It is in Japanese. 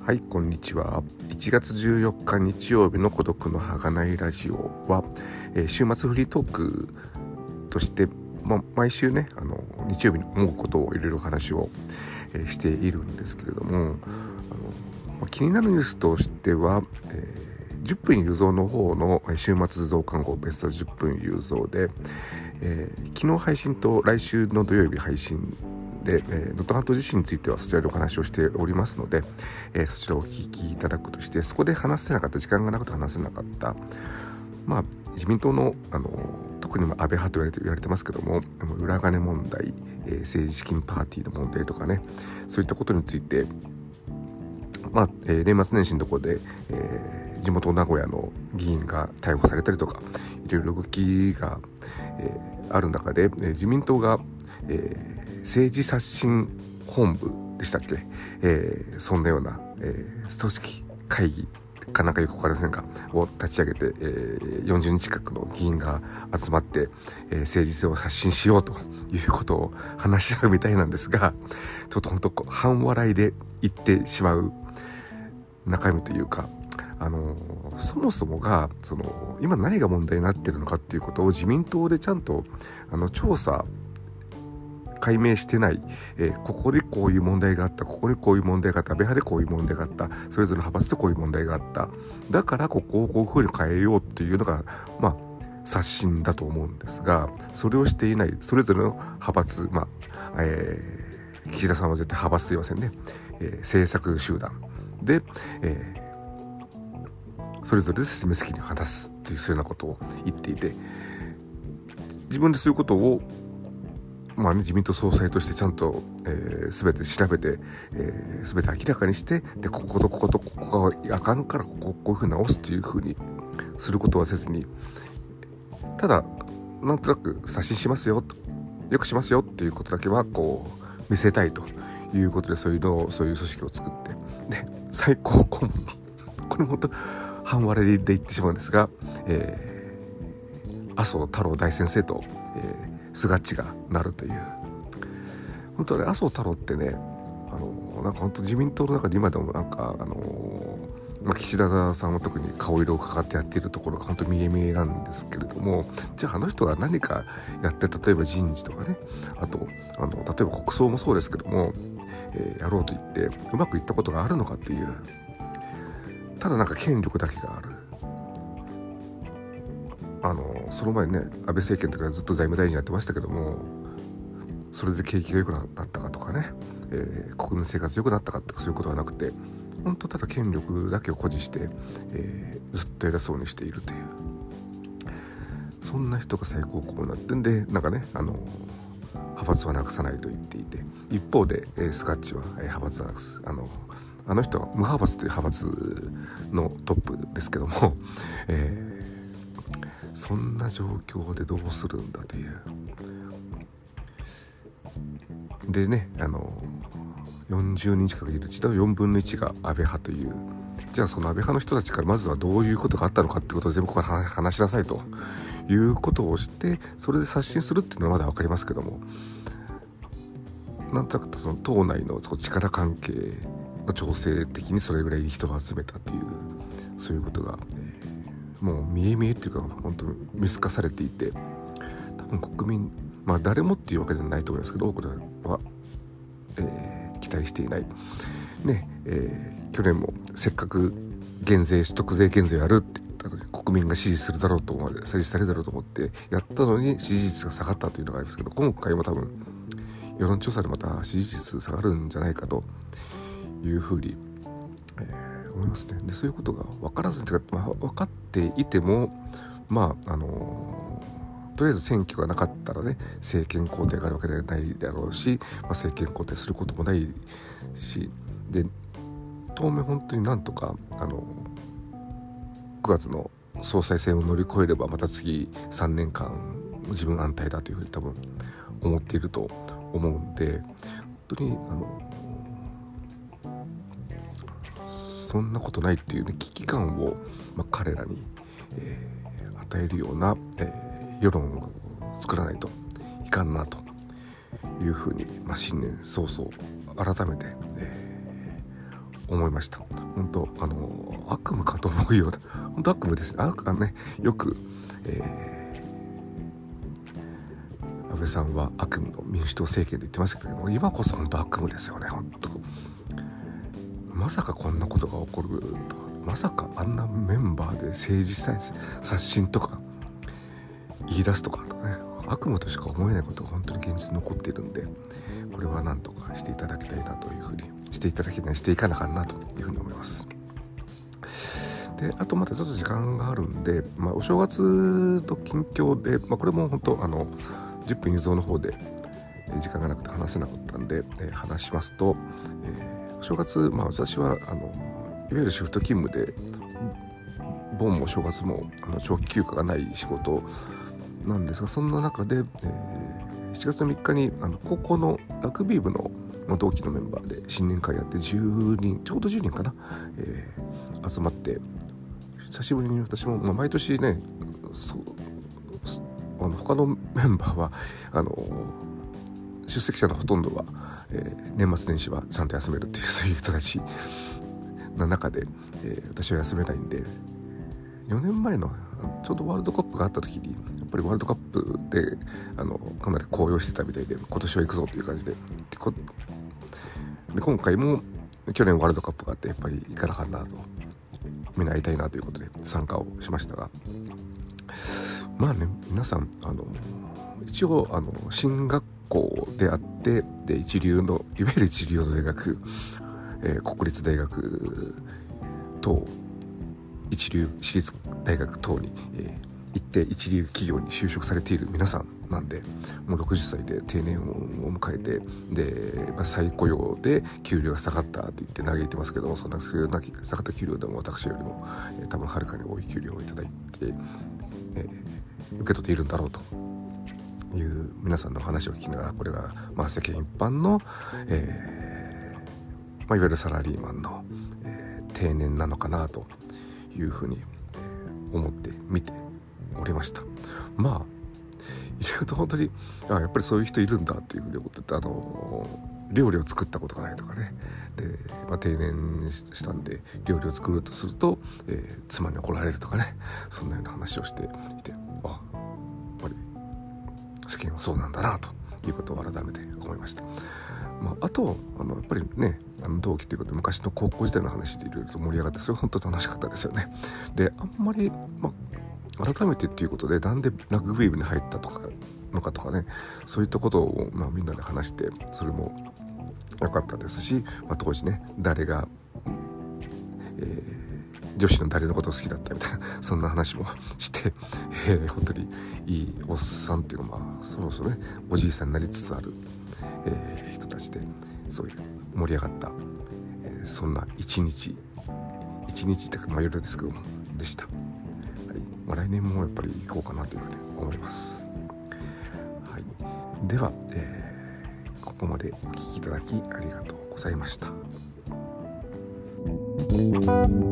はい、こんにちは。1月14日日曜日の孤独の儚いラジオは、週末フリートークとして、毎週ね、日曜日に思うことをいろいろ話を、しているんですけれども、気になるニュースとしては、10分有造の方の週末増刊号ベスト10分有造で、昨日配信と来週の土曜日配信で、能登半島地震についてはそちらでお話をしておりますので、そちらをお聞きいただくとして、そこで話せなかった、時間がなくて話せなかった、自民党の、特に安倍派と言われてますけども、裏金問題、政治資金パーティーの問題とかね、そういったことについて、年末年始のところで、地元名古屋の議員が逮捕されたりとか、いろいろ動きが、ある中で、自民党が、政治刷新本部でしたっけ、そんなような、組織会議かなんかよくわかりませんがを立ち上げて、40人近くの議員が集まって、政治性を刷新しようということを話し合うみたいなんですが、ちょっと本当半笑いで言ってしまう中身というか、そもそもが今何が問題になっているのかっていうことを自民党でちゃんと調査解明してない、ここでこういう問題があった、ここでこういう問題があった、安倍派でこういう問題があった、それぞれの派閥でこういう問題があった、だからここをこういうふうに変えようっていうのが刷新だと思うんですが、それをしていないそれぞれの派閥、岸田さんは絶対派閥と言いませんね、政策集団で、それぞれで説明責任を果たすというそういうようなことを言っていて、自分でそういうことを自民党総裁としてちゃんと、全て調べて、全て明らかにして、でこことこことここがあかんからこういうふうに直すというふうにすることはせずに、ただなんとなく刷新しますよと、よくしますよっていうことだけは見せたいということで、そういう組織を作って、で最高顧問にこれも本当半笑いで言ってしまうんですが、麻生太郎大先生と、菅っちがなるという、本当ね、麻生太郎ってね、なんか本当自民党の中で今でもなんか岸田さんは特に顔色をかかってやっているところが本当見え見えなんですけれども、じゃあ人が何かやって、例えば人事とかね、あと例えば国葬もそうですけども、やろうと言ってうまくいったことがあるのかっていう、ただなんか権力だけがある。その前にね、安倍政権の時からずっと財務大臣やってましたけども、それで景気が良くなったかとかね、国民の生活良くなったかとか、そういうことはなくて、本当ただ権力だけを誇示して、ずっと偉そうにしているという、そんな人が最高顧問になってんで、なんかね、派閥はなくさないと言っていて、一方で、菅っちは、派閥はなくす、人は無派閥という派閥のトップですけども、そんな状況でどうするんだという。でね、40人近くいるうちの4分の1が安倍派という。じゃあその安倍派の人たちからまずはどういうことがあったのかってことを全部ここから話しなさいということをして、それで刷新するっていうのはまだ分かりますけども、なんとなくその党内の力関係の調整的にそれぐらい人を集めたという、そういうことが、もう見え見えっていうか本当に見透かされていて、多分国民、誰もっていうわけではないと思いますけど、多くは、期待していないね。去年もせっかく所得税減税やるって言ったのに国民が支持するだろうと思って支持されるだろうと思ってやったのに支持率が下がったというのがありますけど、今回も多分世論調査でまた支持率下がるんじゃないかというふうに、思いますね。でそういうことが分からずに、分かっていても、とりあえず選挙がなかったらね、政権交代があるわけではないだろうし、政権交代することもないし、で当面本当になんとか9月の総裁選を乗り越えれば、また次3年間自分安泰だというふうに多分思っていると思うんで、本当にそんなことないっていう、ね、危機感を、彼らに、与えるような、世論を作らないといかんなというふうに、新年早々改めて、 思いました。本当悪夢かと思うような、本当悪夢ですね。よく、安倍さんは悪夢の民主党政権で言ってましたけど、今こそ本当悪夢ですよね。本当まさかこんなことが起こると、まさかあんなメンバーで政治刷新とか言い出すとかね、悪夢としか思えないことが本当に現実に残っているんで、これはなんとかしていただきたいなというふうにしていかなあかんなというふうに思います。で、あとまたちょっと時間があるんで、お正月の近況で、これも本当10分有造の方で時間がなくて話せなかったんで、話しますと、お正月、私はいわゆるシフト勤務で盆も正月も長期休暇がない仕事なんですが、そんな中で、7月の3日に高校のラグビー部の同期のメンバーで新年会やってちょうど10人かな、集まって、久しぶりに私も、毎年ね、他のメンバーは出席者のほとんどは、年末年始はちゃんと休めるっていう、そういう人たちの中で、私は休めないんで、4年前のちょうどワールドカップがあった時にやっぱりワールドカップでかなり高揚してたみたいで、今年は行くぞという感じで今回も去年ワールドカップがあってやっぱり行かなかったなと、みんな会いたいなということで参加をしましたが、皆さん一応進学校であって、でいわゆる一流の大学、国立大学等一流私立大学等に、行って一流企業に就職されている皆さんなんで、もう60歳で定年を迎えて、で、再雇用で給料が下がったと言って嘆いてますけども、そんな下がった給料でも私よりも、多分はるかに多い給料をいただいて、受け取っているんだろうという皆さんの話を聞きながら、これが世間一般の、いわゆるサラリーマンの、定年なのかなというふうに思って見ておりました。いろいろと本当にやっぱりそういう人いるんだっていうふうに思ってて、料理を作ったことがないとかね、で、定年したんで料理を作るとすると、妻に怒られるとかね、そんなような話をしていて、やっぱり世間はそうなんだなということを改めて思いました。あとやっぱりね、同期ということで昔の高校時代の話でいろいろと盛り上がって、それは本当に楽しかったですよね。で、あんまり、改めてっていうことでなんでラグビー部に入ったのかとかね、そういったことを、みんなで話して、それも良かったですし、当時ね、誰が、女子の誰のことを好きだったみたいな、そんな話もして、本当にいいおっさんっていうか、そろそろねおじいさんになりつつある、人たちで、そういう盛り上がった、そんな一日っていうか夜ですけどもでした。来年もやっぱり行こうかなというふうに思います。はい、では、ここまでお聞きいただきありがとうございました。